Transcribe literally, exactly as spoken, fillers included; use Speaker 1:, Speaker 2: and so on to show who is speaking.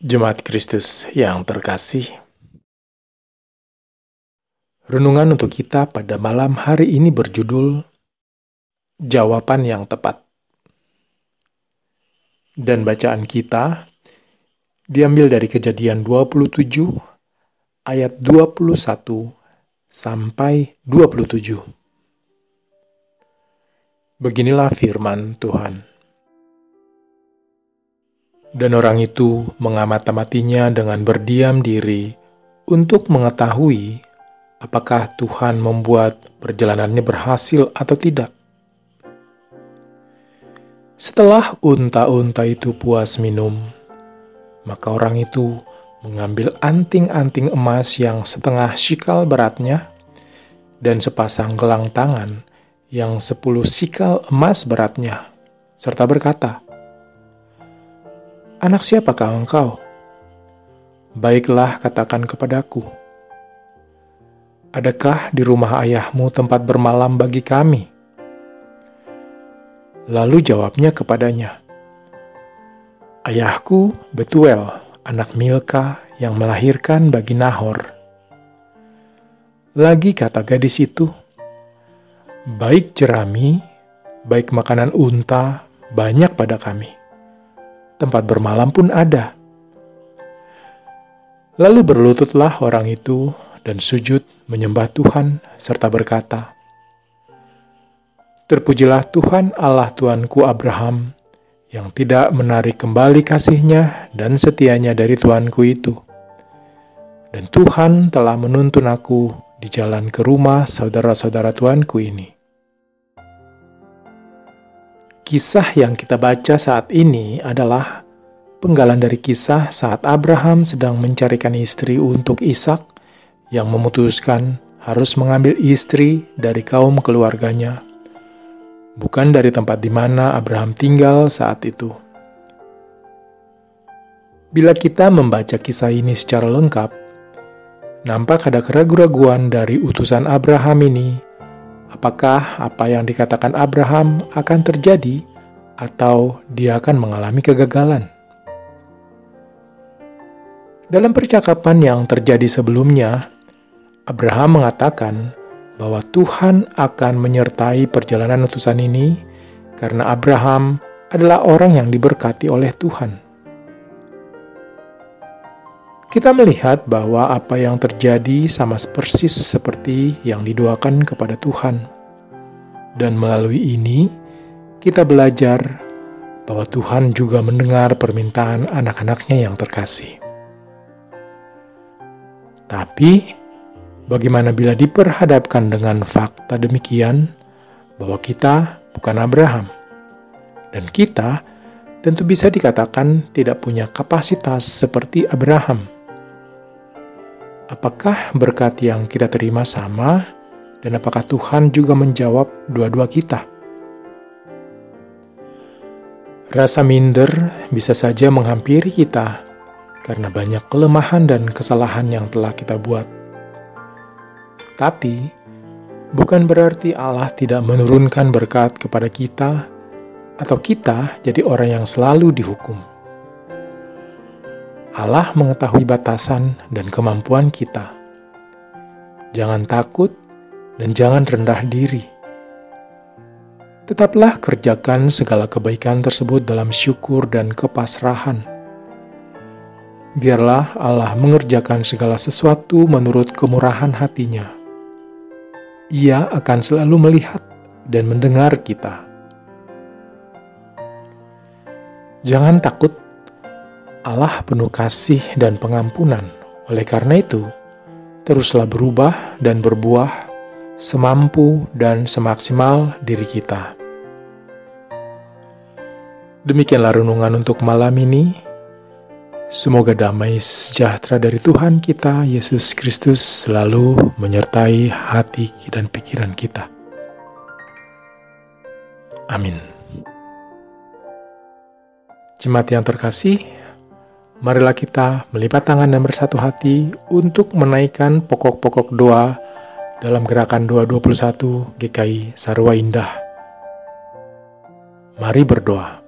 Speaker 1: Jemaat Kristus yang terkasih, renungan untuk kita pada malam hari ini berjudul Jawaban yang Tepat. Dan bacaan kita diambil dari Kejadian dua puluh tujuh ayat dua puluh satu sampai dua puluh tujuh. Beginilah firman Tuhan. Dan orang itu mengamati-amatinya dengan berdiam diri untuk mengetahui apakah Tuhan membuat perjalanannya berhasil atau tidak. Setelah unta-unta itu puas minum, maka orang itu mengambil anting-anting emas yang setengah sikal beratnya dan sepasang gelang tangan yang sepuluh sikal emas beratnya, serta berkata, "Anak siapakah engkau? Baiklah katakan kepadaku, adakah di rumah ayahmu tempat bermalam bagi kami?" Lalu jawabnya kepadanya, "Ayahku Betuel, anak Milka yang melahirkan bagi Nahor." Lagi kata gadis itu, "Baik jerami, baik makanan unta, banyak pada kami. Tempat bermalam pun ada." Lalu berlututlah orang itu dan sujud menyembah Tuhan serta berkata, "Terpujilah Tuhan Allah Tuanku Abraham yang tidak menarik kembali kasih-Nya dan setianya dari Tuanku itu. Dan Tuhan telah menuntun aku di jalan ke rumah saudara-saudara Tuanku ini." Kisah yang kita baca saat ini adalah penggalan dari kisah saat Abraham sedang mencarikan istri untuk Ishak yang memutuskan harus mengambil istri dari kaum keluarganya, bukan dari tempat di mana Abraham tinggal saat itu. Bila kita membaca kisah ini secara lengkap, nampak ada keraguan-raguan dari utusan Abraham ini. Apakah apa yang dikatakan Abraham akan terjadi atau dia akan mengalami kegagalan? Dalam percakapan yang terjadi sebelumnya, Abraham mengatakan bahwa Tuhan akan menyertai perjalanan utusan ini karena Abraham adalah orang yang diberkati oleh Tuhan. Kita melihat bahwa apa yang terjadi sama persis seperti yang didoakan kepada Tuhan. Dan melalui ini, kita belajar bahwa Tuhan juga mendengar permintaan anak-anaknya yang terkasih. Tapi, bagaimana bila diperhadapkan dengan fakta demikian bahwa kita bukan Abraham, dan kita tentu bisa dikatakan tidak punya kapasitas seperti Abraham? Apakah berkat yang kita terima sama, dan apakah Tuhan juga menjawab dua-dua kita? Rasa minder bisa saja menghampiri kita karena banyak kelemahan dan kesalahan yang telah kita buat. Tapi, bukan berarti Allah tidak menurunkan berkat kepada kita, atau kita jadi orang yang selalu dihukum. Allah mengetahui batasan dan kemampuan kita. Jangan takut dan jangan rendah diri. Tetaplah kerjakan segala kebaikan tersebut dalam syukur dan kepasrahan. Biarlah Allah mengerjakan segala sesuatu menurut kemurahan hati-Nya. Ia akan selalu melihat dan mendengar kita. Jangan takut. Allah penuh kasih dan pengampunan. Oleh karena itu, teruslah berubah dan berbuah semampu dan semaksimal diri kita. Demikianlah renungan untuk malam ini. Semoga damai sejahtera dari Tuhan kita, Yesus Kristus, selalu menyertai hati dan pikiran kita. Amin. Jemaat yang terkasih, marilah kita melipat tangan dan bersatu hati untuk menaikkan pokok-pokok doa dalam gerakan doa dua puluh satu G K I Sarwa Indah. Mari berdoa.